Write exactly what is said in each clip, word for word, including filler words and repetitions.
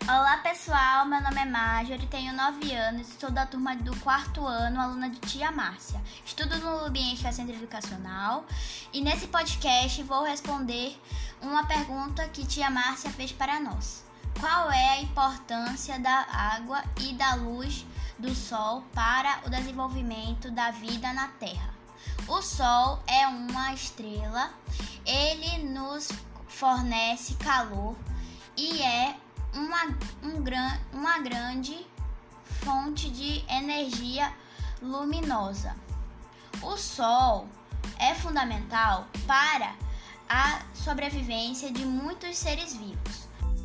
Olá pessoal, meu nome é Marjorie, tenho nove anos, sou da turma do quarto ano, aluna de tia Márcia. Estudo no Lubienska Centro Educacional e nesse podcast vou responder uma pergunta que tia Márcia fez para nós. Qual é a importância da água e da luz do sol para o desenvolvimento da vida na Terra? O sol é uma estrela, ele nos fornece calor e é Uma, um, uma grande fonte de energia luminosa. O Sol é fundamental para a sobrevivência de muitos seres vivos.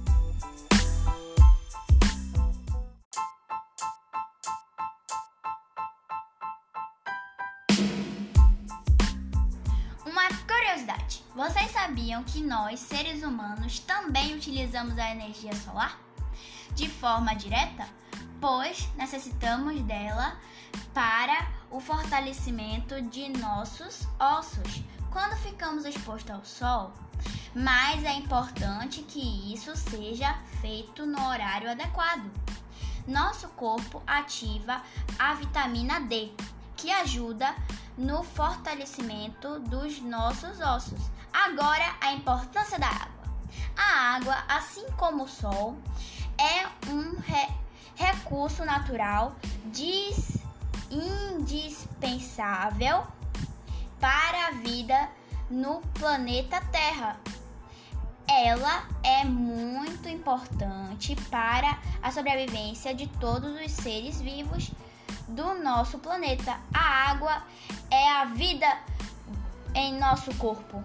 Uma curiosidade: vocês sabiam que nós, seres humanos, também utilizamos a energia solar? De forma direta, pois necessitamos dela para o fortalecimento de nossos ossos. Quando ficamos expostos ao sol, mas é importante que isso seja feito no horário adequado. Nosso corpo ativa a vitamina D, que ajuda no fortalecimento dos nossos ossos. Agora, a importância da água. A água, assim como o sol, é um re- recurso natural dis- indispensável para a vida no planeta Terra. Ela é muito importante para a sobrevivência de todos os seres vivos do nosso planeta. A água é a vida em nosso corpo.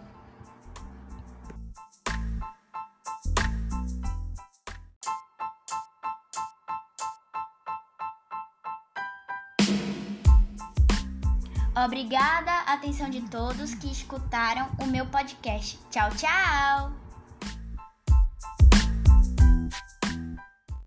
Obrigada à atenção de todos que escutaram o meu podcast. Tchau, tchau!